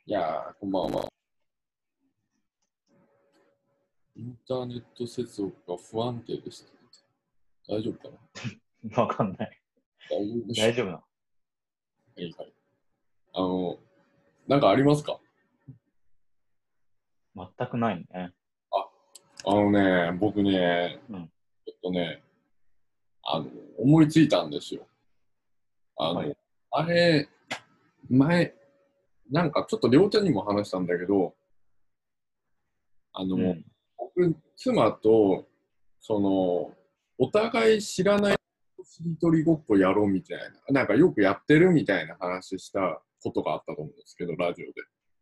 いやー、こんばんは。インターネット接続が不安定でした。大丈夫かな？ わかんない。 大丈夫でしょ大丈夫な。 う。はいはい。あの、なんかありますか？ 全くないね。 僕ね、 うん。 ちょっとね、思いついたんですよ。あの、 はい。 あれ、前、なんかちょっと両手にも話したんだけど、あの、 うん。 僕、妻と、その、お互い知らないしりとりごっこやろうみたいな、なんかよくやってるみたいな話したことがあったと思うんですけど、ラジオで。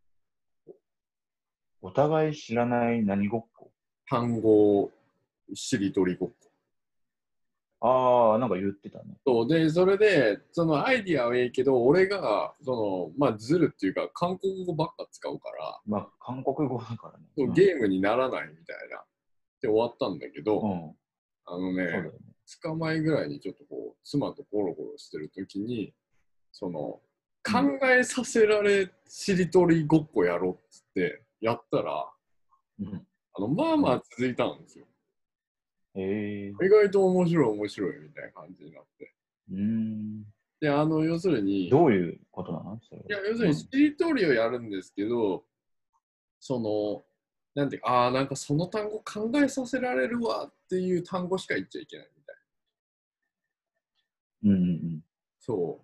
お互い知らない何ごっこ。 単語しりとりごっこ。 ああ、なんか言ってたね。 そうで、それで、そのアイディアはいいけど、俺が、まあ、ずるっていうか、韓国語ばっか使うから、 まあ、韓国語だからね。 そうゲームにならないみたいな。で終わったんだけど、 うん。うん。 あのね、 そうだよね。 2日前ぐらいにちょっとこう、妻とゴロゴロしてるときに、その、考うん。 えさせられしりとりごっこやろうっつって、やったら、 うん。 まあうん。 まあ続いたんですよ。 へえ。 意外と面白いみたいな感じになって。 うーん。 で、要するに、 どういうことなのそれは。 要するにしうん。 りとりをやるんですけど、その、なんていうか、なんかその単語考えさせられるわっていう単語しか言っちゃいけないみたいな。 うんうんうん。 そう。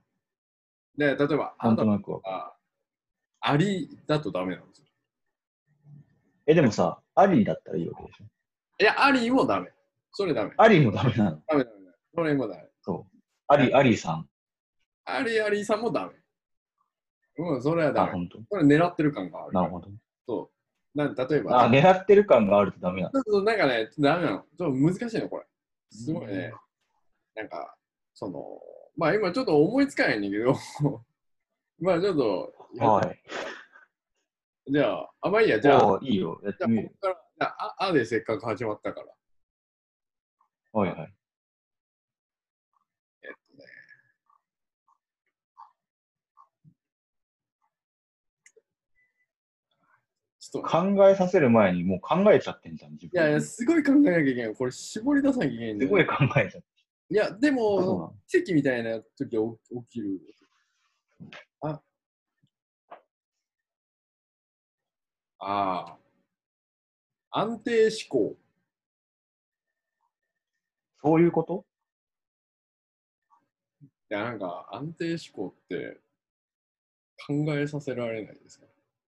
で、例えば、 なんとだとなくわかる。 か、ありだとダメなんですよ。 でもさ、ありだったらいいわけでしょ。 いや、ありもダメ。それダメ。 ありもダメなの。 ダメダメダメ。それもダメ。 そう。ありさん。 ありさんもダメ。うん、それはダあ、 メ。 本当。 それ狙ってる感があるから。 なるほど。 そう。例えば、 あ、狙ってる感があるとダメなの。 なんかね、ダメなの。ちょっと難しいの、これ。 うすごいん。 ね、なんか、まあ今ちょっと思いつかないんだけど、まあちょっとやって、 はい。 じゃあ、まあいいや、 おー、いいよ。やっじゃてみるよ。 あ僕から、じゃあでせっかく始まったから。あはいはい。 えっとね、ちょっとね、 考えさせる前にもう考えちゃってんじゃん、自分で。 いやいや、すごい考えなきゃいけない。これ絞り出さなきゃいけないんだよね。 すごい考えちゃって。 いや、でも、 そうなの。 奇跡みたいな時は起きる。あ、あ安定思考。 そういうこと。 いや、なんか安定思考って考えさせられないですか？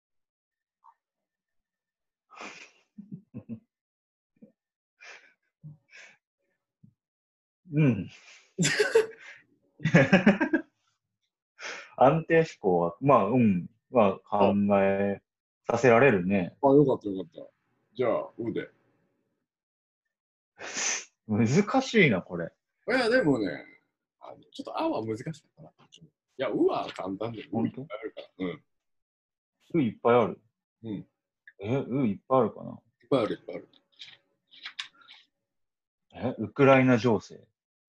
うん。安定思考は、まあ、うん。まあ、考えさせられるね。 よかったよかった。じゃあ、で。 難しいな、これ。 いや、でもね、ちょっとは難しかったな。いや、は簡単で、いっ本当？ ぱいあるから。うん。 いっぱいある。 うん。いっいっぱいあるかな。 ぱいある、いっぱいある。 ウクライナ情勢。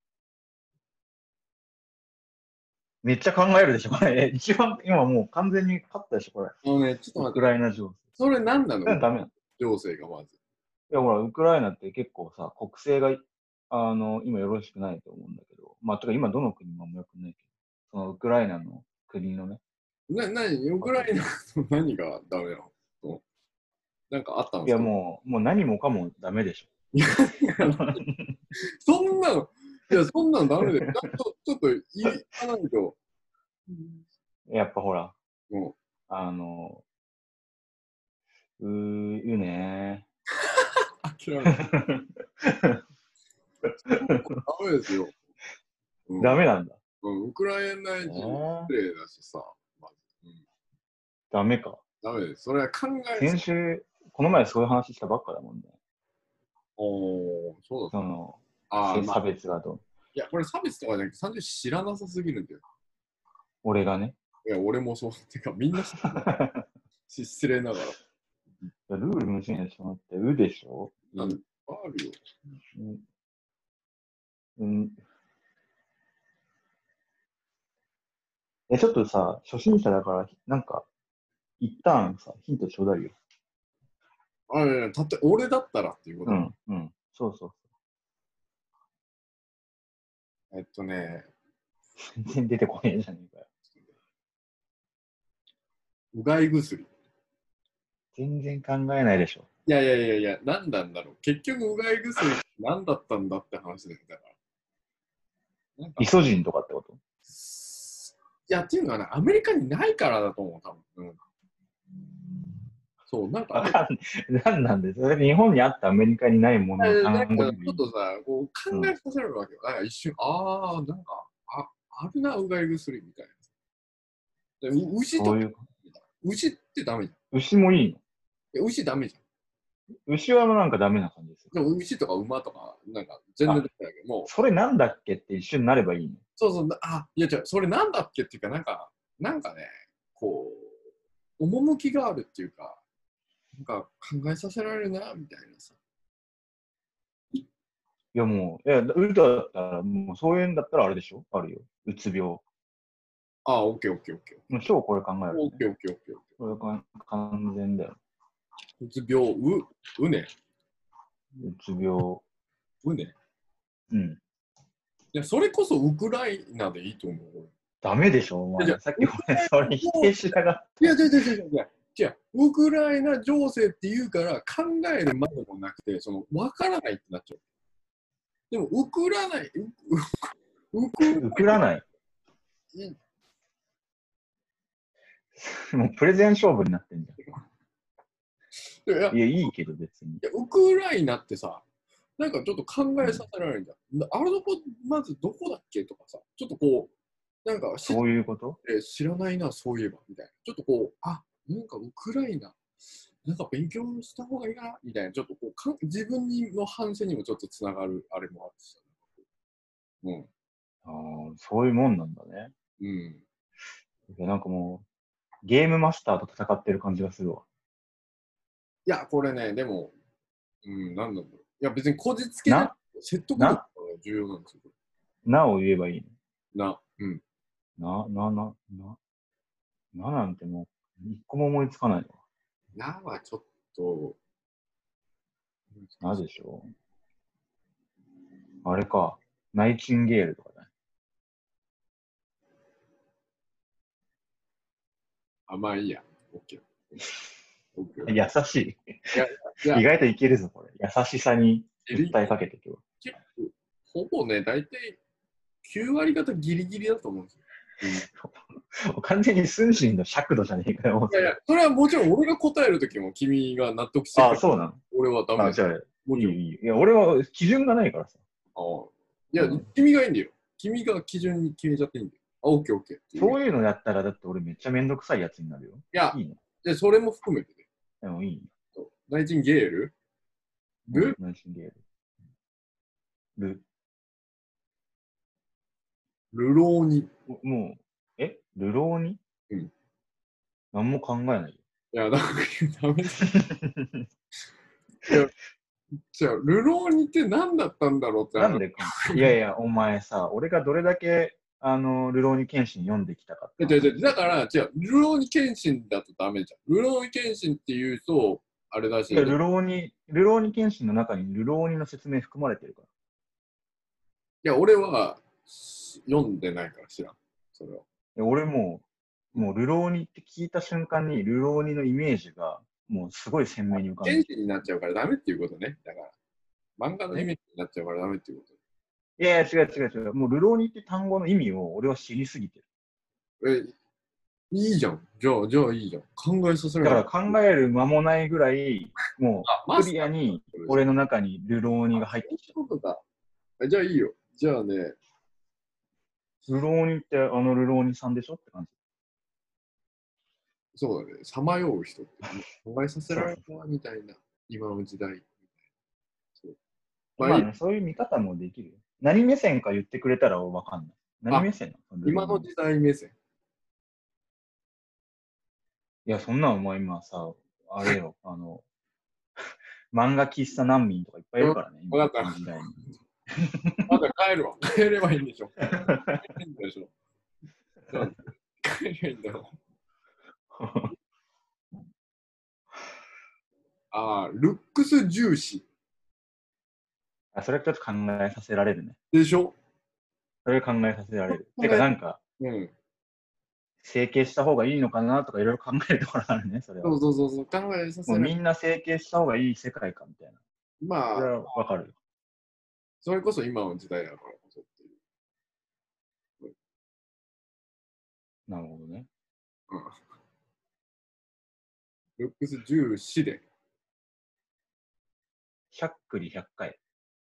めっちゃ考えるでしょ、これ。一番、今もう完全に勝ったでしょ、これ。 ちょっとウク待って。 ライナ情勢。 それ何なの？ ダメなの。 情勢がまず。 いや、ほら、ウクライナって結構さ、国勢が、今よろしくないと思うんだけど、まあ、とか今どの国もあんまよくないけど、そのウクライナの国のね、 ウクライナわけで。 の何がダメなの？なんかあったんでいや、 すか？ もう何もかもダメでしょ。 いや、そんなの、いや、そんなのダメで、ちょっと言わないと。 やっぱほら、 もあの、うねう、諦めて。 ー。 ダメですよ。うん。 ダメなんだ。 ウクライナ人失礼だしさ、まず。 ダメか。 ダメです。それは考えさ、 先週、この前そういう話したばっかだもんね。 そうだった。 その、差まあ、 別がいや、これ差別とかじゃなくて、単純に知らなさすぎるんだよ。 俺がね。 いや、俺もそう。てか、みんな知ってる。失礼ながら。 ルール無視にしてもらって、でしょ。 なんで、あるよ。 うん、うん。ちょっとさ、初心者だから、なんか、 一旦さ、ヒントちょうだいよ。 俺だったらっていうこと。 そうそう。全然出てこねえじゃねえかよ。 うがい薬。 全然考えないでしょ。 いや、何なんだろう。結局、うがい薬って何だったんだって話だよ。だから。なんか、 イソジンとかってこと？ いや、っていうのはね、アメリカにないからだと思う、多分。そう、なんか、 なんなんで、それ日本にあったアメリカにないもののなんかちょ単語でもいい。 っとさ、こう考えさせられるわけよ。なんか一瞬、なんか、あるな、うがい薬みたいな。牛とか、 そういう。 牛ってダメじ牛もいいの？ ゃん。牛ダメじゃん。 牛はなんかダメな感じですよ。 でも牛とか馬とか、なんか全然ダメだけど、もう、 それなんだっけって一瞬なればいいの。 そう、いや違う、それなんだっけっていうか、なんかね、こう、趣があるっていうか、なんか考えさせられるな、みたいなさ。 いやもう、歌だったら、もうそういうんだったらあれでしょ？あるよ。うつ病。 オッケーオッケーオッケー。 もう超これ考える、ね。 オッケーオッケーオッケー。 これ完全だよ。 うつ病、うね。 うつ病。 うね。 うん。 いや、それこそウクライナでいいと思う。 ダメでしょお前。さっき俺、それ否定しながら。 いや、違う、ウクライナ情勢って言うから考えるまでもなくて、わからないってなっちゃう。でも、ウクラない。もうプレゼン勝負になってんじゃん。いや、いいけど別に。 ウクライナってさ、なんかちょっと考えさせられるじゃん。あれまずどこだっけとかさ、ちょっとこう、なんかそういうこと？ 知らないな、そういえば、みたいな。ちょっとこう、なんかウクライナ、なんか勉強した方がいいな、みたいな、ちょっとこう自分の反省にもちょっとつながるあれもあるしさ。 そういうもんなんだね。いやなんかもう、ゲームマスターと戦ってる感じがするわ。 いや、これね、でも、なんなんだろう。いや、別にこじつけで説得力が重要なんですよ。 なを言えばいいの。 ななんてもう、一個も思いつかないわ。 なはちょっと、 なでしょう。あれか、ナイチンゲールとかね。 まあいいや。OK。 優しい。 いや意外といけるぞ、これ。優しさに訴えかけて今日。 結構、ほぼね、大体9割方ギリギリだと思うんですよ。 完全に寸心の尺度じゃねえかよ。 いや、それはもちろん俺が答えるときも君が納得してくれる。 そうなの？ 俺はダメだ。 じゃあ、もちろんいい。いや、俺は基準がないからさ。 いや、君がいいんだよ。君が基準に決めちゃっていいんだよ。オッケーオッケー。 そういうのやったら、だって俺めっちゃめんどくさいやつになるよ。 いや、 いいの？ で、それも含めてね。 でもいい。 ナイチンゲールナイチンゲール。 ルローニ。 もう、ルローニ？何も考えないよ。 いや、ダメだ。じゃあ、ルローニって何だったんだろうって。 なんでいや、お前さ、俺がどれだけ、ルローニケンシン読んできたかって。 だから、ルローニケンシンだとダメじゃん。ルローニケンシンって言うと、あれだし。 ルローニケンシンの中にルローニの説明含まれてるから。 いや、俺は読んでないから知らん。それは。 俺もルローニって聞いた瞬間に、ルローニのイメージが、もうすごい鮮明に浮かんでる。 ケンシンになっちゃうからダメっていうことね。だから、漫画のイメージになっちゃうからダメっていうこと。 いや、違う。もう、ルローニって単語の意味を俺は知りすぎてる。いいじゃん。じゃあいいじゃん。考えさせられる。だから考える間もないぐらい、もう、クリアに俺の中にルローニが入ってきた。 じゃあいいよ。じゃあね。 ルローニってルローニさんでしょって感じ。 そうだね。さまよう人って考えさせられるな、みたいな。今の時代。 そういう見方もできるよ。何目線か言ってくれたらわかんない。何目線なの？ 今の時代目線。 いや、そんなお前今さ、あれよ、漫画喫茶難民とかいっぱいいるからね、 今の時代に。まだ帰るわ。帰ればいいんでしょ。帰ればいいんだろう。 ルックス重視あ、それちょっと考えさせられるね。 でしょ。 それ考えさせられる。 考えてかなんか、 うん。 整形した方がいいのかなとかいろいろ考えるところあるね、それは。 そうそうそうそう、考えさせられる。 もうみんな整形した方がいい世界かみたいな。 まあ、 それはわかるよ。 それこそ今の時代だからこそっていう。 なるほどね。 うん。ルックス重視で。 しゃっくり100回。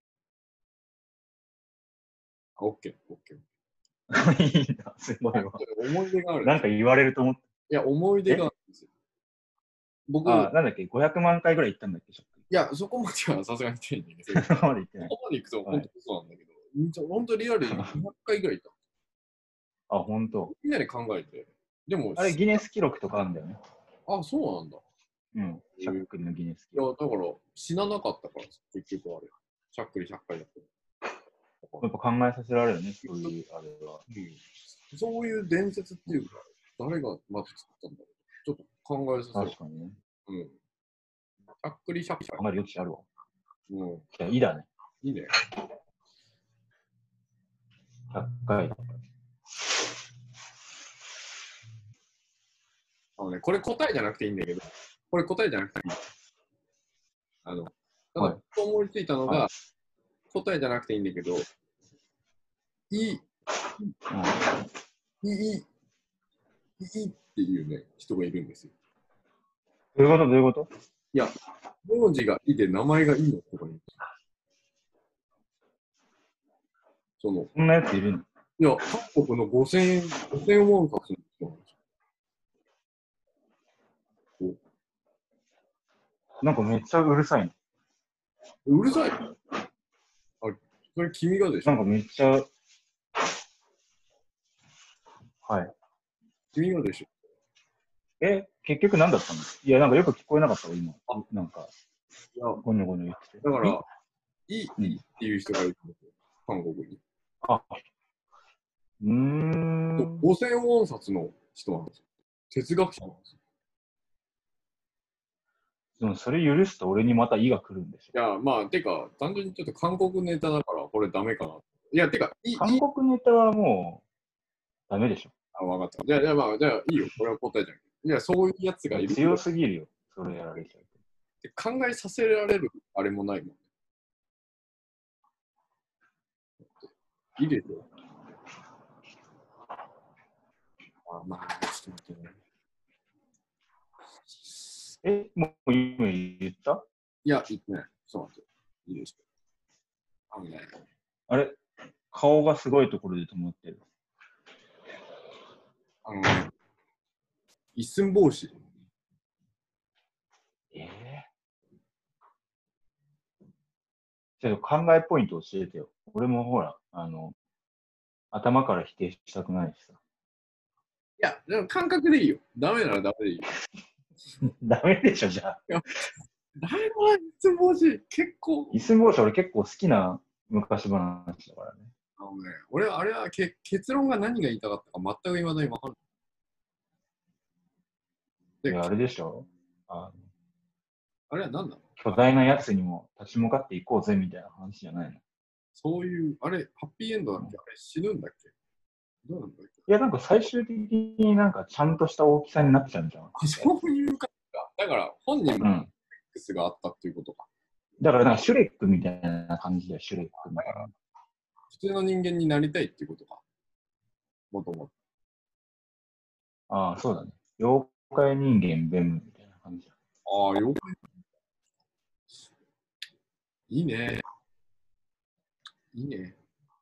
オッケー、オッケー。 いいな、すごいわ。 思い出がある。 なんか言われると思って。 いや、思い出があるんですよ。僕、いなんだっけ、500万回ぐらい行ったんだっけ、しゃっくり。 や、そこまではさすがに言ってないんだけど、 そこまで行ってない。 ここまで行くと本当にそうなんだけど、本当リアルに200回ぐらい行った。 あ、ほんと。 みんなで考えて。でも、 あれ、ギネス記録とかあるんだよね。 そうなんだ。 うん。しゃっくりのギネス記いや、 録。 だから死ななかったから、結局あれ。しゃっくり100回だった。 やっぱ考えさせられるね、そういうあれは。 そういう伝説っていうか、誰がまず作ったんだろう。ちょっと考えさせる。 確かにね。 うん。しゃっくり100回。 考える余地あるわ。 うん。 いや、いいだね。 いいね。 100回。 これ答えじゃなくていいんだけど、これ答えじゃなくていい。ただ、思いついたのが、答えじゃなくていいんだけど、いいっていうね、人がいるんですよ。 どういうことどういうこと？ いや、名字がいで名前がいいの人がいるんですよ。 そんなやついるの？ いや、韓国の5000円、5000ウォン札の人なんですよ。 なんかめっちゃうるさいの。 うるさい。それ君がでしょ。 なんかめっちゃ、はい。 君がでしょ。 結局何だったの？いや、なんかよく聞こえなかったわ、今。なんか、 いや、 ゴニョゴニョ言ってて。 だから、いいっていう人がいるんですよ。韓国に。5000ウォン札の人なんですよ。哲学者なんですよ。 でもそれ許すと俺にまた「い」が来るんでしょ。 いや、まあ、てか、単純にちょっと韓国ネタだから、これダメかな。いや、てか、 韓国ネタはもう、ダメでしょ。 わかった。じゃあ、まあ、じゃあ、いいよ。これは答えじゃん。いや、そういうやつがいる。 強すぎるよ、それやられちゃうと。考えさせられるあれもないもん。いいですよ。まあ、ちょっと待ってね。 もう今言った？ いや、言ってない。そうなんですよ。いいですよ。 あれ顔がすごいところで止まってる。 一寸法師。 ちょっと考えポイント教えてよ。俺もほら、頭から否定したくないしさ。 いや、でも感覚でいいよ。ダメならダメでいいよ。 ダメでしょ、じゃあ。 ダメだな、一寸法師。結構。 一寸法師俺結構好きな昔話だからね。 俺はあれは結論が何が言いたかったか全く未だに分かんない。 いや、あれでしょ。 あれは何なの？ 巨大なやつにも立ち向かっていこうぜみたいな話じゃないの？ そういう、あれ、ハッピーエンドだっけ？あれ、死ぬんだっけ？どうなんだっけ？ いや、なんか最終的になんかちゃんとした大きさになっちゃうんじゃん。 そういう感じか。だから本人もうん。 X があったっていうことか。 だからなんかシュレックみたいな感じだよ、シュレックみたいな。 普通の人間になりたいっていうことか。もともと。 ああ、そうだね。妖怪人間ベムみたいな感じだ。 妖怪。いいね。いいね。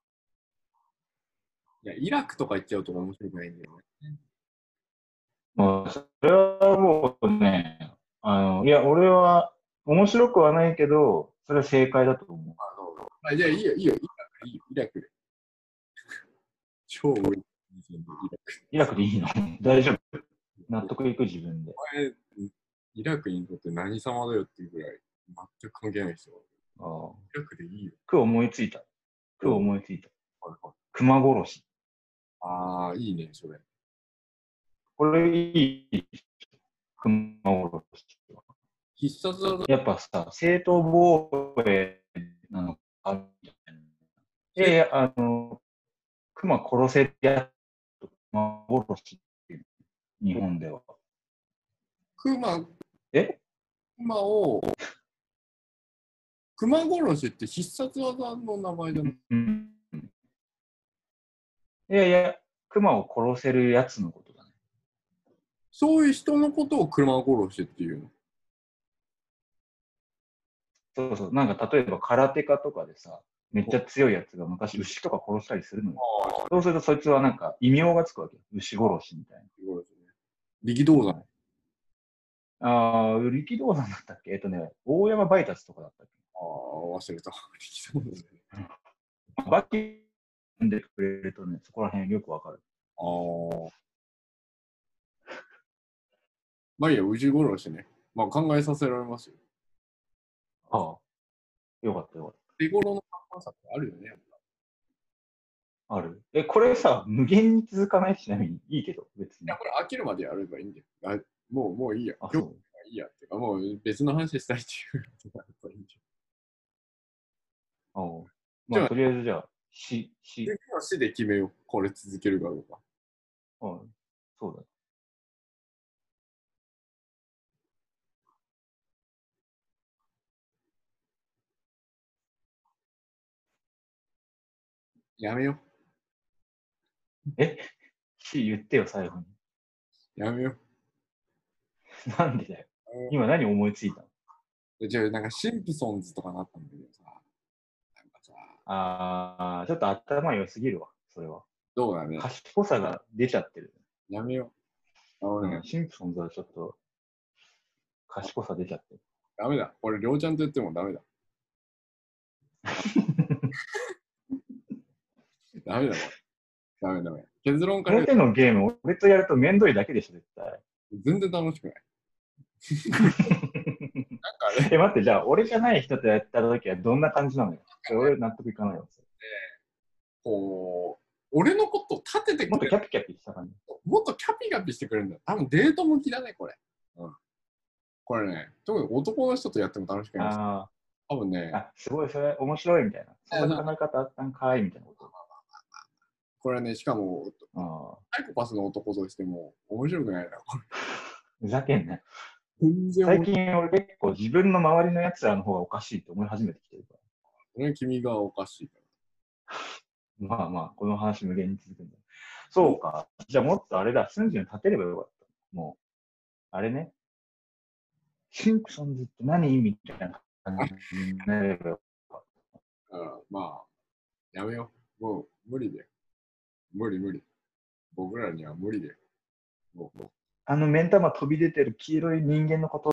いや、イラクとか行っちゃうと面白くないんだよね。 もう、それはもうね、いや、俺は面白くはないけど、それは正解だと思う。 じゃあいいよ、いいよ、イラクで。超多い。 イラクでいいの？大丈夫？納得いく自分で。 イラクにとって何様だよっていうぐらい、全く関係ないですよ。イラクでいいよ。 思いついた。思いついた。熊殺し。 いいね、それ。 これいい。熊殺し。 必殺技。 やっぱさ、正当防衛なのかみたいな。いやいや、熊殺せるやつと熊殺しっていう、日本では。 熊えを、熊殺しって必殺技の名前じゃない？ うん。いやいや、熊を殺せるやつのことだね。 そういう人のことを熊殺しっていうの。 そうそう。なんか例えば空手家とかでさ、めっちゃ強いやつが昔牛とか殺したりするのよ。そうするとそいつはなんか異名がつくわけよ。牛殺しみたい力道山。 な。力道山だったっけ大山バイタスとかだったっああ、忘れた。力道山。 けバキんでくれるとね、そこら辺よくわかる。 ああ。まあいいや、牛殺しね。まあ考えさせられますよ。 ああ、よかったよかっ手頃の簡単さってあるよね。 た。ある。これさ、無限に続かないし、ちなみにいいけど、別に。 いや、これ飽きるまでやればいいんだよ。もういいや。 あ、 今日そう。 はいいや。っていうか、もう別の話したいっていうことがやっぱいいんじああ。 じゃあ、 まあ、とりあえずじゃあ、 次の死で決めよう。これ続けるかどうか。 うん、そうだ。 やめよえ言ってよ、最後に。 う。やめよなんでだよ。 う。 今何思いついたの？ じゃあ、なんかシンプソンズとかなったんだけどさ。なんかさ、 ちょっと頭良すぎるわ、それは。 どうだね。 賢さが出ちゃってる。 やめよう。 シンプソンズはちょっと賢さ出ちゃってる。 ダメだ。これ、りょうちゃんと言ってもダメだ。ダメだ、これ。ダメダメ。結論から言うとこの手のゲーム、俺とやるとめんどいだけでしょ、絶対。 全然楽しくない。なんかね、 待って、じゃあ、俺じゃない人とやった時はどんな感じなのよ。俺納得いかないわ。 こう、俺のことを立ててくれる。 もっとキャピキャピした感じ。 もっとキャピキャピしてくれるんだよ。多分デート向きだね、これ。うん。これね、特に男の人とやっても楽しくないです。 あ多分ね、 あ、すごい、それ面白いみたいな。そんな考え方あったんかいみたいなこと。 これね、しかも、 ああ、 サイコパスの男としても面白くないな、これ。 ふざけんなよ。 全然最近俺結構自分の周りの奴らの方がおかしいって思い始めてきてるかこれ君がおかしいから。まあまあ、この話無限に続くんだ。そうか。じゃあもっとあれだ、瞬時に立てればよかった。もう、あれね。シンプソンズって何みたいな感じになればよかっら。まあ、やめよう。もう無理で。無理無理。僕らには無理で。もうた。目ん玉飛び出てる黄色い人間のこと